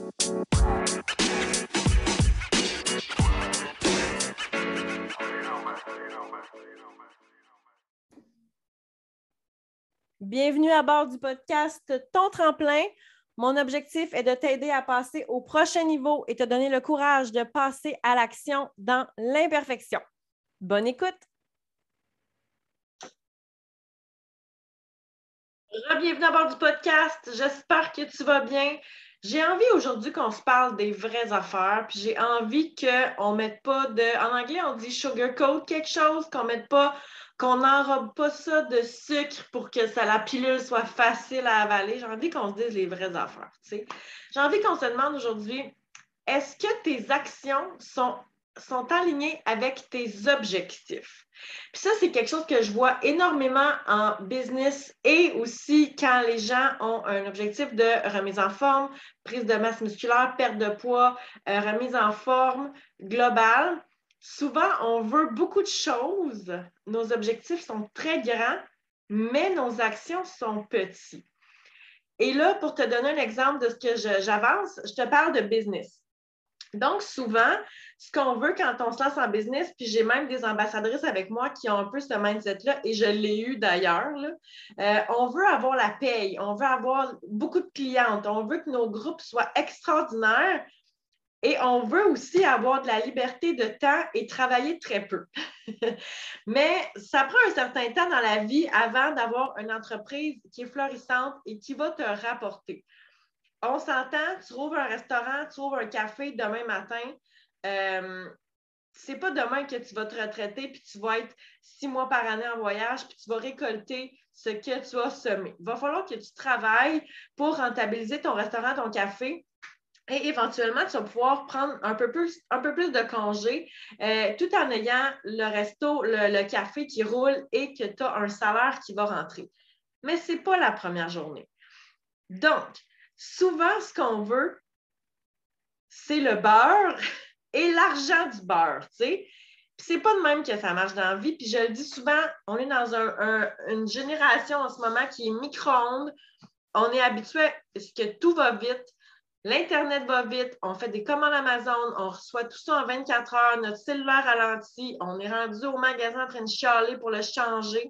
Bienvenue à bord du podcast Ton Tremplin. Mon objectif est de t'aider à passer au prochain niveau et te donner le courage de passer à l'action dans l'imperfection. Bonne écoute! Bienvenue à bord du podcast. J'espère que tu vas bien. J'ai envie aujourd'hui qu'on se parle des vraies affaires, puis j'ai envie qu'on ne mette pas de... En anglais, on dit sugarcoat quelque chose, qu'on n'enrobe pas ça de sucre pour que la pilule soit facile à avaler. J'ai envie qu'on se dise les vraies affaires, tu sais. J'ai envie qu'on se demande aujourd'hui, est-ce que tes actions sont alignées avec tes objectifs? Puis ça, c'est quelque chose que je vois énormément en business et aussi quand les gens ont un objectif de remise en forme, prise de masse musculaire, perte de poids, remise en forme globale. Souvent, on veut beaucoup de choses. Nos objectifs sont très grands, mais nos actions sont petites. Et là, pour te donner un exemple de ce que j'avance, je te parle de business. Donc, souvent, ce qu'on veut quand on se lance en business, puis j'ai même des ambassadrices avec moi qui ont un peu ce mindset-là, et je l'ai eu d'ailleurs, on veut avoir la paye, on veut avoir beaucoup de clientes, on veut que nos groupes soient extraordinaires et on veut aussi avoir de la liberté de temps et travailler très peu. Mais ça prend un certain temps dans la vie avant d'avoir une entreprise qui est florissante et qui va te rapporter. On s'entend, tu ouvres un restaurant, tu ouvres un café demain matin. C'est pas demain que tu vas te retraiter puis tu vas être 6 mois par année en voyage puis tu vas récolter ce que tu as semé. Il va falloir que tu travailles pour rentabiliser ton restaurant, ton café. Et éventuellement, tu vas pouvoir prendre un peu plus de congés tout en ayant le resto, le café qui roule et que tu as un salaire qui va rentrer. Mais ce n'est pas la première journée. Donc, souvent, ce qu'on veut, c'est le beurre et l'argent du beurre, tu sais. Puis c'est pas de même que ça marche dans la vie. Puis je le dis souvent, on est dans une génération en ce moment qui est micro-ondes. On est habitué à ce que tout va vite. L'Internet va vite. On fait des commandes Amazon. On reçoit tout ça en 24 heures. Notre cellulaire ralentit. On est rendu au magasin en train de chialer pour le changer.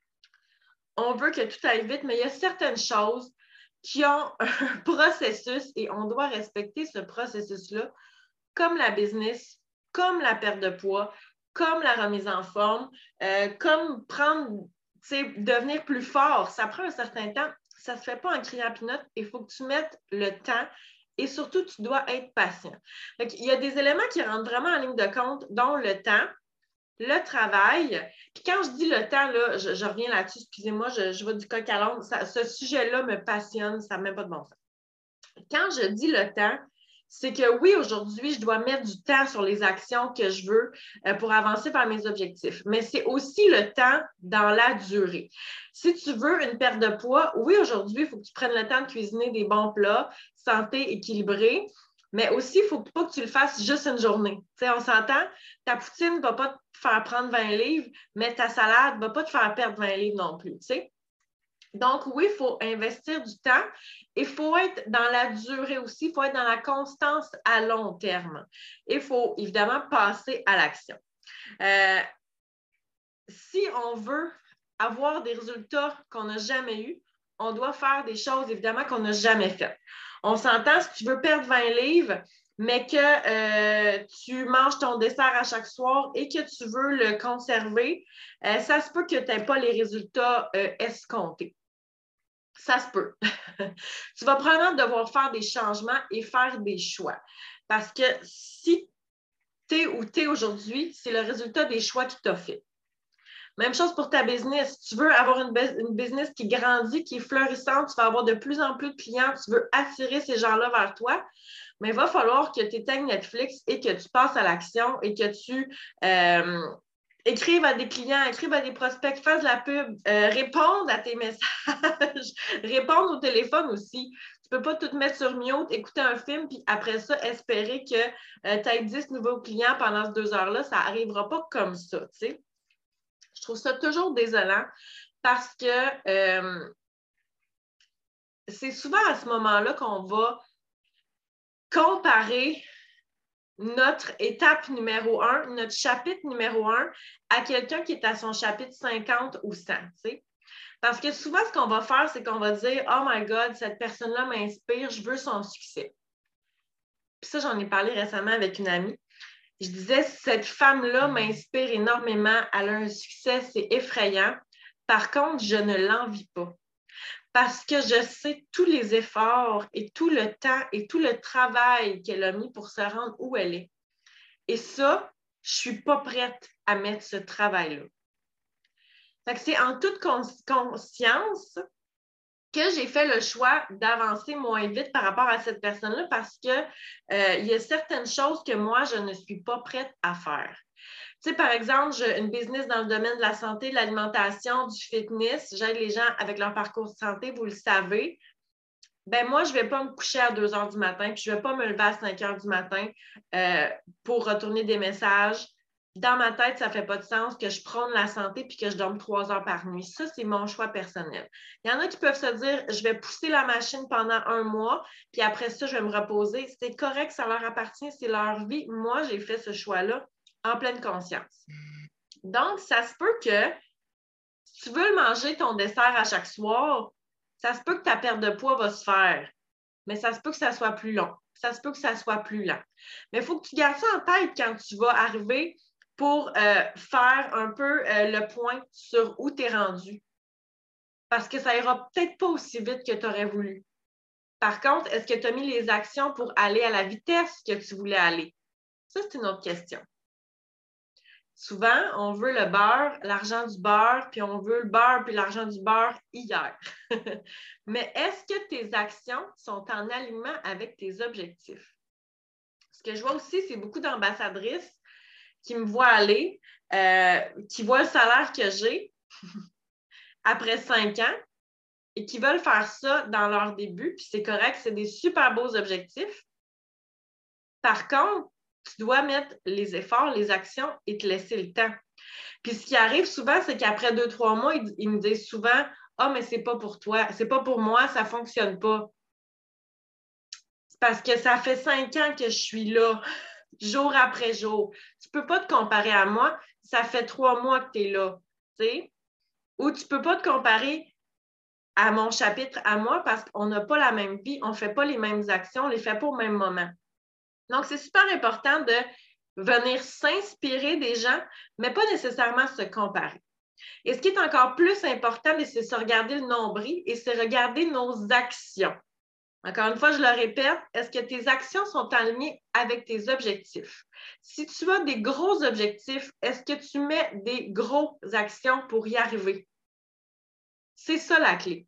On veut que tout aille vite, mais il y a certaines choses qui ont un processus et on doit respecter ce processus-là, comme la business, comme la perte de poids, comme la remise en forme, comme devenir plus fort. Ça prend un certain temps. Ça ne se fait pas en criant pinotte. Il faut que tu mettes le temps et surtout, tu dois être patient. Donc, il y a des éléments qui rentrent vraiment en ligne de compte, dont le temps, le travail. Puis quand je dis le temps, là, je reviens là-dessus, excusez-moi, je vais du coq à l'âne. Ce sujet-là me passionne, ça n'a même pas de bon sens. Quand je dis le temps, c'est que oui, aujourd'hui, je dois mettre du temps sur les actions que je veux pour avancer vers mes objectifs. Mais c'est aussi le temps dans la durée. Si tu veux une perte de poids, oui, aujourd'hui, il faut que tu prennes le temps de cuisiner des bons plats, santé, équilibrée. Mais aussi, il ne faut pas que tu le fasses juste une journée. Tu sais, on s'entend, ta poutine ne va pas te faire prendre 20 livres, mais ta salade ne va pas te faire perdre 20 livres non plus. Tu sais? Donc, oui, il faut investir du temps. Il faut être dans la durée aussi. Il faut être dans la constance à long terme. Il faut évidemment passer à l'action. Si on veut avoir des résultats qu'on n'a jamais eus, on doit faire des choses évidemment qu'on n'a jamais faites. On s'entend, si tu veux perdre 20 livres, mais que tu manges ton dessert à chaque soir et que tu veux le conserver, ça se peut que tu n'aies pas les résultats escomptés. Ça se peut. Tu vas probablement devoir faire des changements et faire des choix. Parce que si tu es où tu es aujourd'hui, c'est le résultat des choix que tu as fait. Même chose pour ta business. Tu veux avoir une business qui grandit, qui est florissante, tu vas avoir de plus en plus de clients, tu veux attirer ces gens-là vers toi, mais il va falloir que tu éteignes Netflix et que tu passes à l'action et que tu écrive à des clients, écrive à des prospects, fasse de la pub, répondre à tes messages, répondre au téléphone aussi. Tu ne peux pas tout mettre sur mute, écouter un film, puis après ça, espérer que tu aies 10 nouveaux clients pendant ces 2 heures-là. Ça n'arrivera pas comme ça, tu sais. Je trouve ça toujours désolant parce que c'est souvent à ce moment-là qu'on va comparer notre étape numéro 1, notre chapitre numéro 1 à quelqu'un qui est à son chapitre 50 ou 100, tu sais. Parce que souvent, ce qu'on va faire, c'est qu'on va dire « Oh my God, cette personne-là m'inspire, je veux son succès. » Puis ça, j'en ai parlé récemment avec une amie. Je disais « Cette femme-là m'inspire énormément, elle a un succès, c'est effrayant. Par contre, je ne l'envie pas. » Parce que je sais tous les efforts et tout le temps et tout le travail qu'elle a mis pour se rendre où elle est. Et ça, je ne suis pas prête à mettre ce travail-là. Fait que c'est en toute conscience que j'ai fait le choix d'avancer moins vite par rapport à cette personne-là parce qu'il y a certaines choses que moi, je ne suis pas prête à faire. Tu sais, par exemple, j'ai une business dans le domaine de la santé, de l'alimentation, du fitness. J'aide les gens avec leur parcours de santé, vous le savez. Ben moi, je ne vais pas me coucher à 2 heures du matin, puis je ne vais pas me lever à 5 heures du matin pour retourner des messages. Dans ma tête, ça ne fait pas de sens que je prône la santé puis que je dorme 3 heures par nuit. Ça, c'est mon choix personnel. Il y en a qui peuvent se dire, je vais pousser la machine pendant 1 mois, puis après ça, je vais me reposer. C'est correct, ça leur appartient, c'est leur vie. Moi, j'ai fait ce choix-là en pleine conscience. Donc, ça se peut que si tu veux manger ton dessert à chaque soir, ça se peut que ta perte de poids va se faire, mais ça se peut que ça soit plus long. Ça se peut que ça soit plus lent. Mais il faut que tu gardes ça en tête quand tu vas arriver pour faire un peu le point sur où tu es rendu. Parce que ça ira peut-être pas aussi vite que tu aurais voulu. Par contre, est-ce que tu as mis les actions pour aller à la vitesse que tu voulais aller? Ça, c'est une autre question. Souvent, on veut le beurre, l'argent du beurre, puis on veut le beurre puis l'argent du beurre hier. Mais est-ce que tes actions sont en alignement avec tes objectifs? Ce que je vois aussi, c'est beaucoup d'ambassadrices qui me voient aller, qui voient le salaire que j'ai après 5 ans et qui veulent faire ça dans leur début, puis c'est correct, c'est des super beaux objectifs. Par contre, tu dois mettre les efforts, les actions et te laisser le temps. Puis ce qui arrive souvent, c'est qu'après 2-3 mois, ils me disent souvent « Ah, mais c'est pas pour toi, c'est pas pour moi, ça fonctionne pas. » C'est parce que ça fait 5 ans que je suis là, jour après jour. Tu peux pas te comparer à moi, ça fait 3 mois que tu es là, tu sais. Ou tu peux pas te comparer à mon chapitre à moi parce qu'on n'a pas la même vie, on ne fait pas les mêmes actions, on ne les fait pas au même moment. Donc, c'est super important de venir s'inspirer des gens, mais pas nécessairement se comparer. Et ce qui est encore plus important, c'est se regarder le nombril et c'est regarder nos actions. Encore une fois, je le répète, est-ce que tes actions sont alignées avec tes objectifs? Si tu as des gros objectifs, est-ce que tu mets des grosses actions pour y arriver? C'est ça la clé.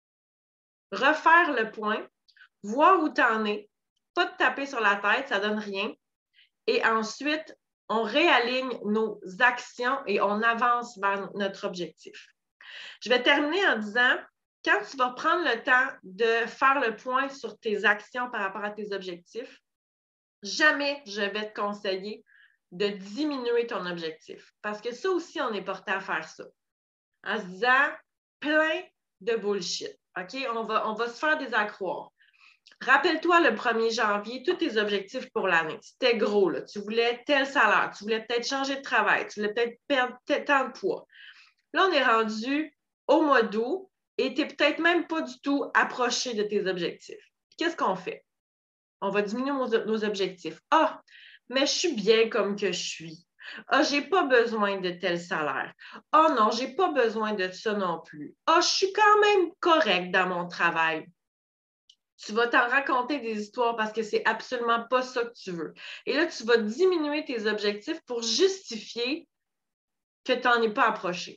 Refaire le point, voir où tu en es, pas te taper sur la tête, ça ne donne rien. Et ensuite, on réaligne nos actions et on avance vers notre objectif. Je vais terminer en disant, quand tu vas prendre le temps de faire le point sur tes actions par rapport à tes objectifs, jamais je vais te conseiller de diminuer ton objectif. Parce que ça aussi, on est porté à faire ça. En se disant plein de bullshit. OK? On va se faire des accroires. Rappelle-toi le 1er janvier, tous tes objectifs pour l'année. C'était gros, là. Tu voulais tel salaire, tu voulais peut-être changer de travail, tu voulais peut-être perdre tant de poids. Là, on est rendu au mois d'août et tu n'es peut-être même pas du tout approché de tes objectifs. Qu'est-ce qu'on fait? On va diminuer nos objectifs. Ah, mais je suis bien comme que je suis. Ah, je n'ai pas besoin de tel salaire. Ah non, je n'ai pas besoin de ça non plus. Ah, je suis quand même correct dans mon travail. Tu vas t'en raconter des histoires parce que c'est absolument pas ça que tu veux. Et là, tu vas diminuer tes objectifs pour justifier que tu n'en es pas approché.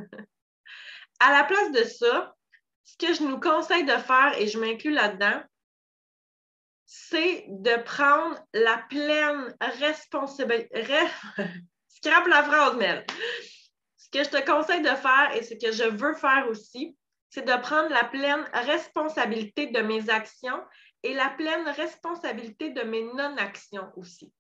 À la place de ça, ce que je nous conseille de faire, et je m'inclus là-dedans, c'est de prendre la pleine responsabilité. Scrape la phrase, Mel. Ce que je te conseille de faire et ce que je veux faire aussi, c'est de prendre la pleine responsabilité de mes actions et la pleine responsabilité de mes non-actions aussi.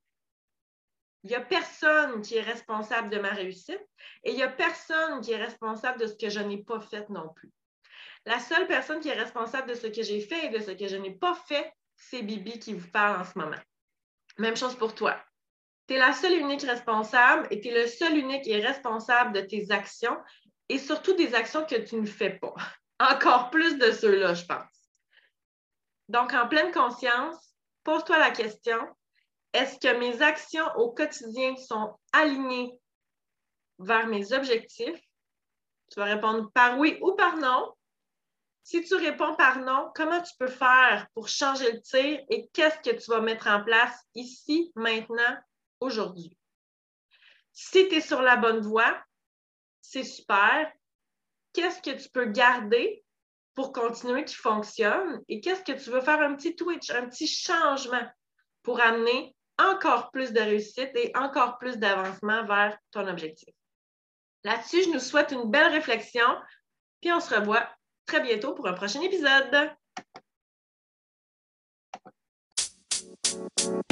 Il n'y a personne qui est responsable de ma réussite et il n'y a personne qui est responsable de ce que je n'ai pas fait non plus. La seule personne qui est responsable de ce que j'ai fait et de ce que je n'ai pas fait, c'est Bibi qui vous parle en ce moment. Même chose pour toi. Tu es la seule unique responsable et tu es le seul unique et responsable de tes actions et surtout des actions que tu ne fais pas. Encore plus de ceux-là, je pense. Donc, en pleine conscience, pose-toi la question, est-ce que mes actions au quotidien sont alignées vers mes objectifs? Tu vas répondre par oui ou par non. Si tu réponds par non, comment tu peux faire pour changer le tir et qu'est-ce que tu vas mettre en place ici, maintenant, aujourd'hui? Si tu es sur la bonne voie, c'est super. Qu'est-ce que tu peux garder pour continuer qui fonctionne et qu'est-ce que tu veux faire un petit twitch, un petit changement pour amener encore plus de réussite et encore plus d'avancement vers ton objectif. Là-dessus, je nous souhaite une belle réflexion, puis on se revoit très bientôt pour un prochain épisode.